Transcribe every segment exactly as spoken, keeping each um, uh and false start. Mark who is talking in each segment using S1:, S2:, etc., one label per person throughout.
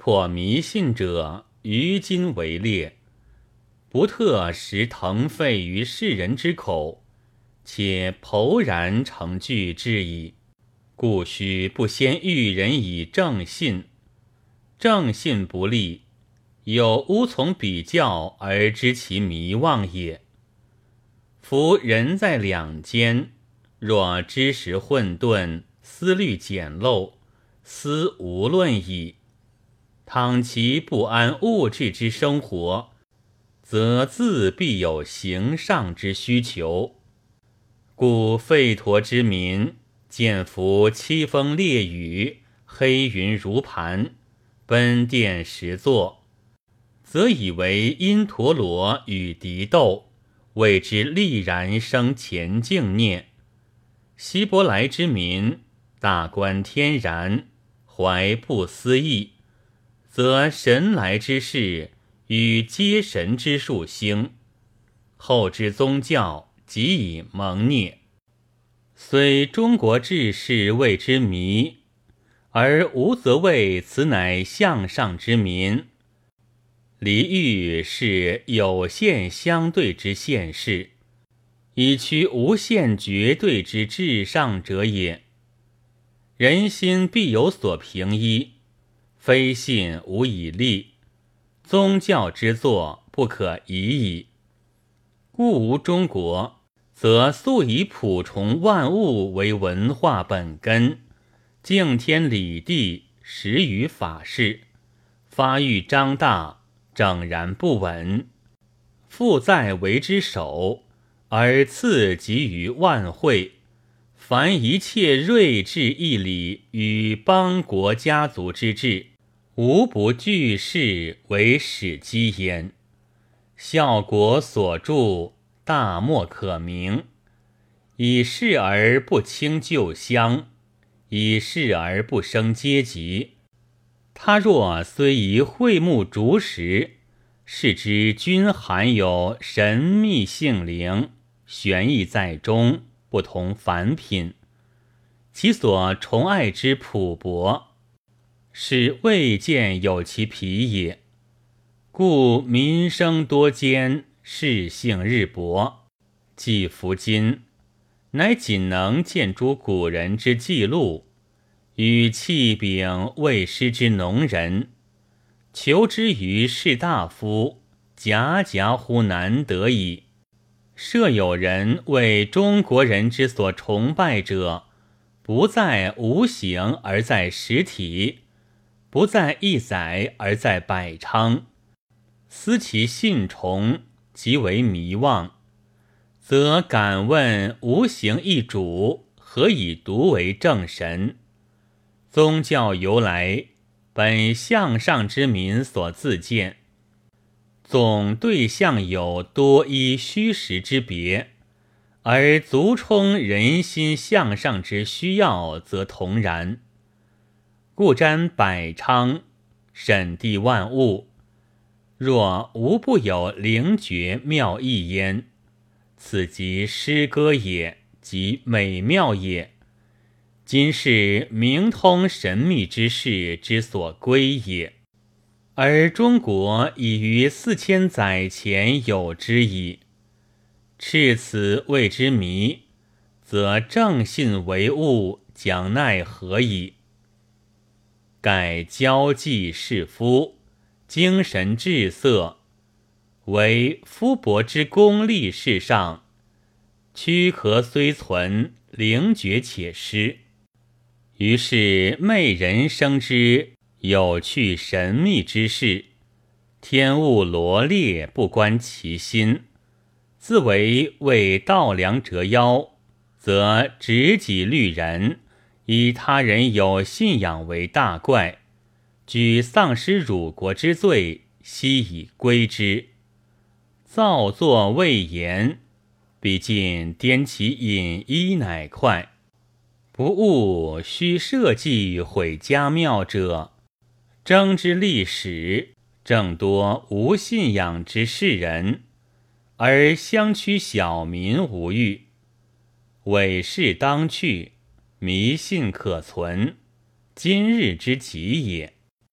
S1: 破迷信者，于今为烈，不特实腾沸于世人之口，且剖然成句之矣。故须不先喻人以正信，正信不立，有无从比较而知其迷妄也。夫人在两间，若知识混沌，思虑简陋，思无论矣。倘其不安物质之生活，则自必有形上之需求。故吠陀之民见服凄风烈雨，黑云如盘，奔殿时坐，则以为因陀罗与敌斗，谓之立然生前敬念。希伯来之民大观天然，怀不思议，则神来之事与接神之术兴，后之宗教即以蒙孽。虽中国志士谓之迷，而吾则谓此乃向上之民。离欲是有限相对之现世，以趋无限绝对之至上者也。人心必有所凭依，非信无以立，宗教之作不可移矣。故无中国，则素以普崇万物为文化本根，敬天理地，实于法事，发育张大，整然不稳，复在为之首，而次及于万会。凡一切睿智义理与邦国家族之治，无不具事为始基焉。效国所著，大莫可名。以事而不轻旧乡，以事而不生阶级。他若虽以会目逐实，是之均含有神秘性灵，玄义在中，不同凡品。其所崇爱之朴薄，是未见有其匹也。故民生多艰，士性日薄。既夫今，乃仅能见诸古人之记录，与弃秉未师之农人，求之于士大夫，夹夹乎难得矣。设有人为中国人之所崇拜者，不在无形而在实体，不在一载而在百昌，思其信崇，即为迷妄，则敢问无形一主，何以独为正神？宗教由来，本向上之民所自见，总对象有多依虚实之别，而足充人心向上之需要，则同然。故瞻百昌，审地万物，若无不有灵觉妙义焉，此即诗歌也，即美妙也。今是明通神秘之事之所归也，而中国已于四千载前有之矣。赤此谓之迷，则正信为物，将奈何矣？盖交际是夫，精神至色，为夫伯之功利事上，躯壳虽存，灵觉且失。于是昧人生之有趣神秘之事，天物罗列不关其心，自为为盗梁折腰，则执己虑人，以他人有信仰为大怪，举丧失辱国之罪，悉以归之。造作未言，毕竟颠其隐衣乃快。不务须社稷毁家庙者，争之历史，正多无信仰之士人，而相驱小民无欲。伪事当去，迷信可存，今日之急也。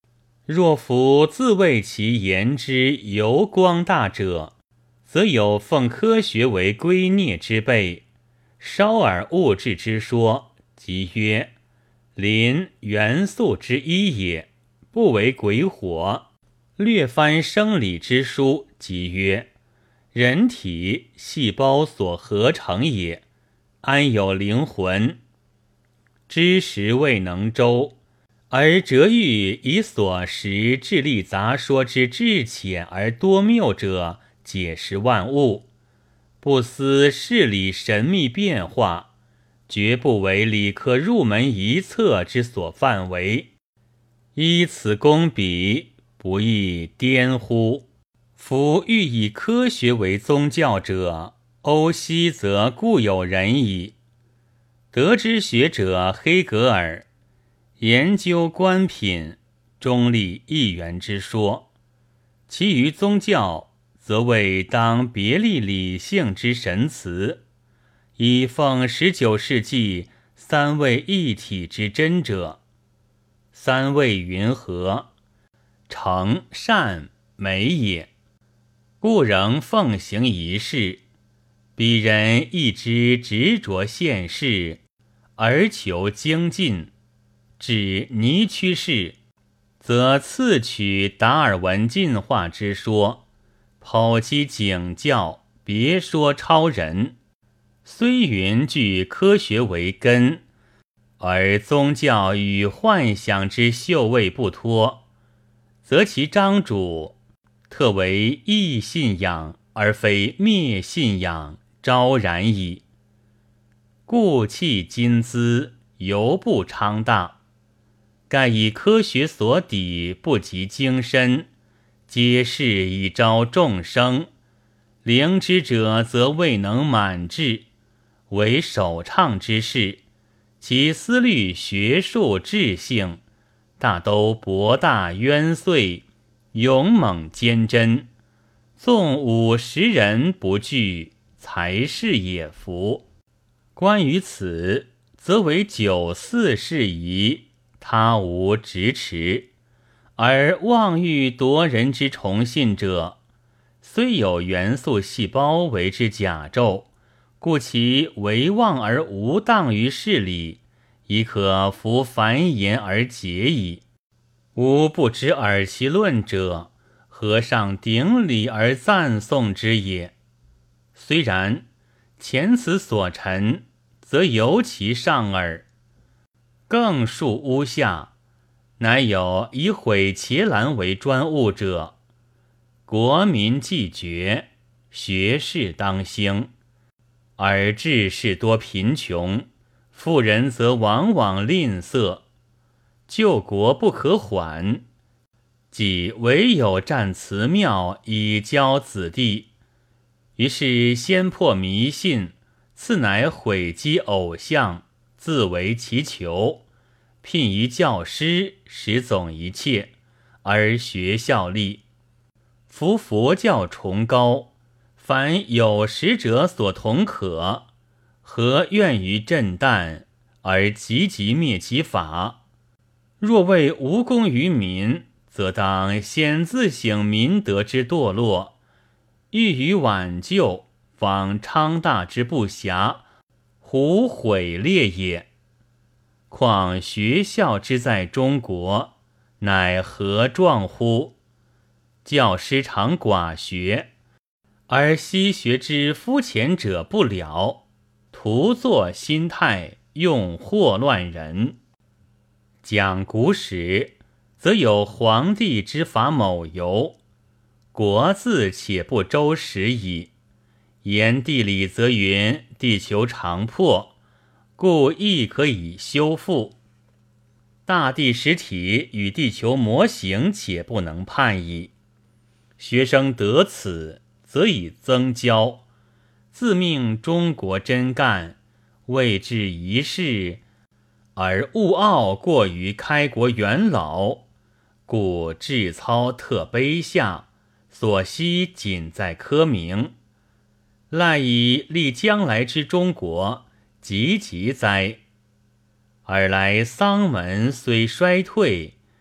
S1: 若夫自谓其言之尤光大者，则有奉科学为圭臬之辈，稍尔物质之说，即曰临元素之一也，不为鬼火；略翻生理之书，即曰人体细胞所合成也，安有灵魂？知识未能周，而折欲以所识智力杂说之至浅而多谬者解释万物，不思事理神秘变化，绝不为理科入门一册之所范围。依此公比，不亦颠乎？夫欲以科学为宗教者，欧西则固有人矣。得之学者黑格尔研究观品，中立一元之说，其余宗教则谓当别立理性之神辞，以奉十九世纪三位一体之真者。三位云何？诚、善、美也。故仍奉行一事，彼人亦之执着现世，而求精进。至尼趋势，则次取达尔文进化之说，剖其景教，别说超人。虽云据科学为根，而宗教与幻想之嗅味不脱，则其章主特为异信仰而非灭信仰，昭然矣。故弃今兹，犹不昌大。盖以科学所抵，不及精深，皆是以招众生。灵知者则未能满志，为首倡之事，其思虑学术智性，大都博大渊邃，勇猛坚贞，纵五十人不惧，才是也夫。关于此，则为九四事宜，他无直持。而妄欲夺人之崇信者，虽有元素细胞为之甲胄，故其为妄而无当于事理，已可服繁言而解矣。吾不知耳其论者，何上顶礼而赞颂之也？虽然，前此所陈，则尤其上耳。更述屋下，乃有以毁伽蓝为专务者。国民既绝，学士当兴，而志士多贫穷，富人则往往吝啬，救国不可缓，即唯有占祠庙以教子弟。于是先破迷信，次乃毁击偶像，自为其求，聘一教师，实总一切，而学校立。夫佛教崇高，凡有识者所同可，何愿于震旦，而急急灭其法？若为无功于民，则当先自省民德之堕落，欲于挽救，方昌大之不暇，胡毁裂也。况学校之在中国，乃何状乎？教师常寡学，而西学之肤浅者不了，徒作心态，用祸乱人。讲古史，则有皇帝之法某由，国字且不周时矣。言地理则云地球常破，故亦可以修复。大地实体与地球模型且不能判矣。学生得此，则以增骄，自命中国真干，未至一事，而务傲过于开国元老，故志操特卑下，所惜仅在科名，赖以立将来之中国，急急哉！尔来丧门虽衰退，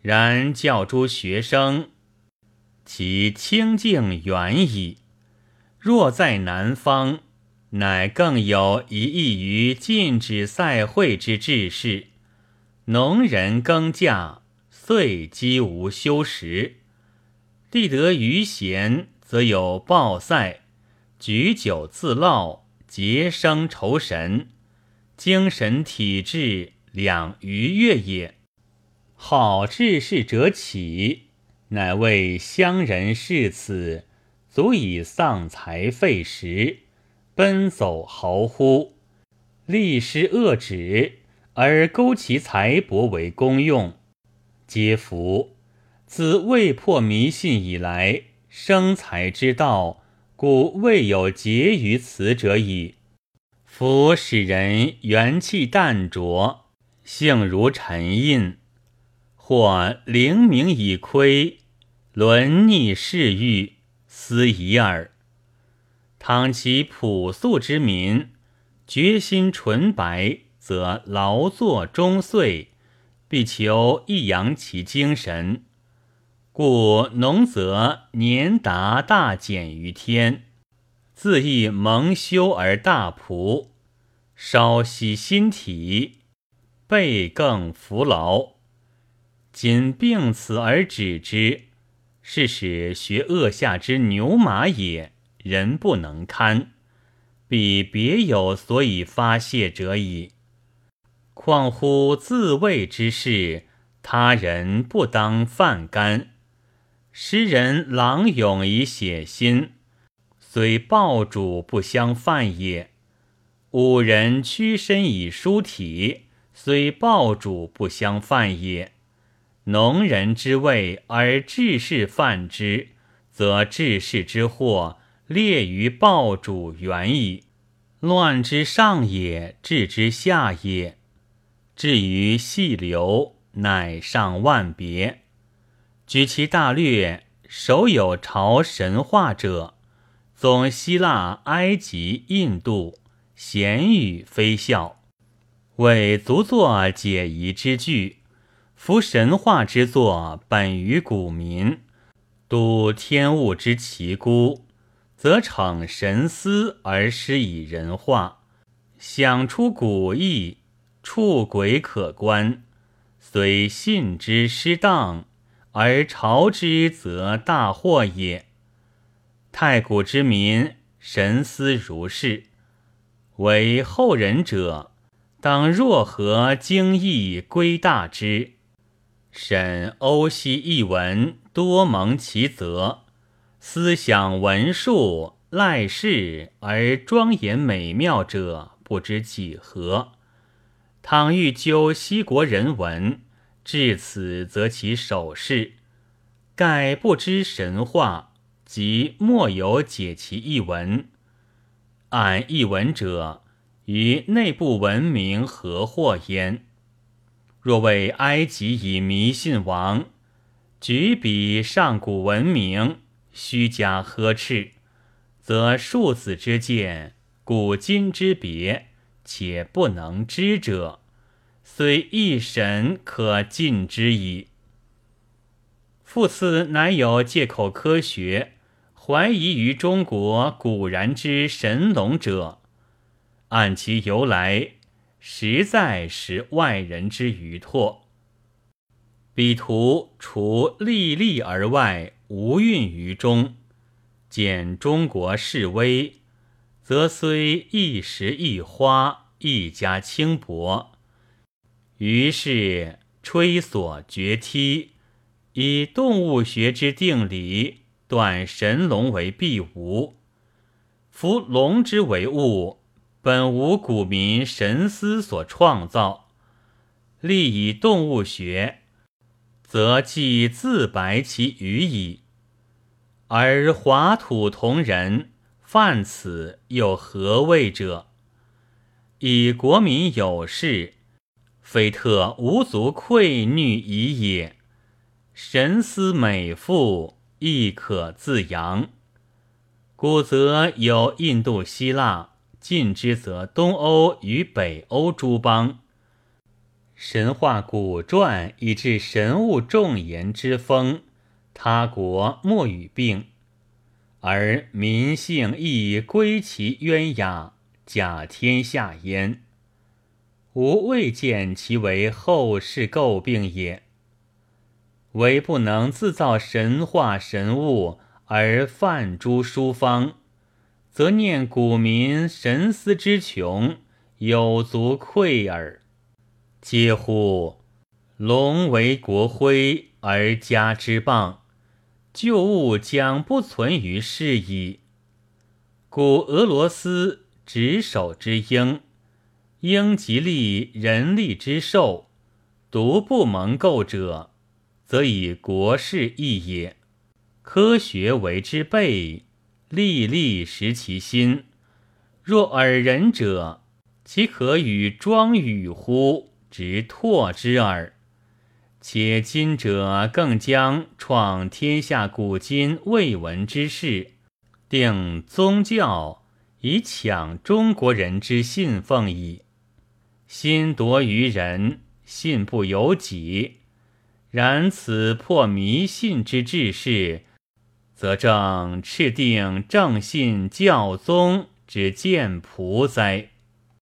S1: 然教诸学生，其清净远矣。若在南方，乃更有一异于禁止赛会之志士，农人耕稼，岁饥无休食。地得余闲，则有暴赛，举酒自乐，节生酬神，精神体质两愉悦也。好志士者起，乃为乡人视此，足以丧财废食，奔走豪呼，立施恶止，而勾其财帛为公用，皆服。自未破迷信以来，生财之道，故未有结于此者矣。夫使人元气淡浊，性如沉印，或灵明已亏，沦逆嗜欲，斯已耳。倘其朴素之民，决心纯白，则劳作终岁，必求益养其精神。故农则年达大减于天，自亦蒙羞而大仆，稍息心体，倍更服劳。仅病此而止之，是使学恶下之牛马也，人不能堪，必别有所以发泄者矣。况乎自卫之事，他人不当犯干。诗人郎咏以写心，虽报主不相犯也；武人屈身以书体，虽报主不相犯也。农人之谓而治世犯之，则治世之祸列于报主远矣。乱之上也，治之下也。至于细流，乃上万别。举其大略，首有朝神话者，总希腊、埃及、印度，咸语非笑，为足作解疑之句。夫神话之作，本于古民，睹天物之奇孤，则逞神思而施以人话，想出古意，触轨可观，虽信之失当，而朝之则大祸也。太古之民，神思如是，为后人者，当若何经义归大之。审欧西译文，多蒙其责，思想文术赖世而庄严美妙者，不知几何。倘欲究西国人文，至此则其首饰，盖不知神话，即莫有解其译文。按译文者，与内部文明何惑焉？若为埃及以迷信王，举彼上古文明，虚假呵斥，则庶子之见，古今之别，且不能知者，虽一神可尽之矣。复次，乃有借口科学，怀疑于中国古然之神龙者，按其由来，实在是外人之愚拓。彼图除历历而外，无蕴于中，见中国示威，则虽一石一花，一家轻薄，于是吹索决踢，以动物学之定理，断神龙为必无。夫龙之为物，本无古民神思所创造，立以动物学，则既自白其语矣。而华土同人，犯此又何谓者？以国民有事，非特无足愧恧矣也。神思美富，亦可自扬。古则有印度、希腊，近之则东欧与北欧诸邦。 神话古传以致神物重言之风，他国莫与并，而民性亦归其鸳鸯，甲天下焉。吾未见其为后世诟病也。唯不能自造神话神物而泛诸书方，则念古民神思之穷，有足愧耳。嗟乎！龙为国徽而加之谤，旧物将不存于世矣。古俄罗斯执手之鹰，鹰即立人力之兽，独不蒙垢者，则以国事异也。科学为之备，历历识其心。若尔人者，其可与庄羽乎？直拓之耳。且今者更将创天下古今未闻之事，定宗教以抢中国人之信奉矣。心夺于人，信不由己。然此破迷信之志士，则正敕定正信教宗之见仆哉！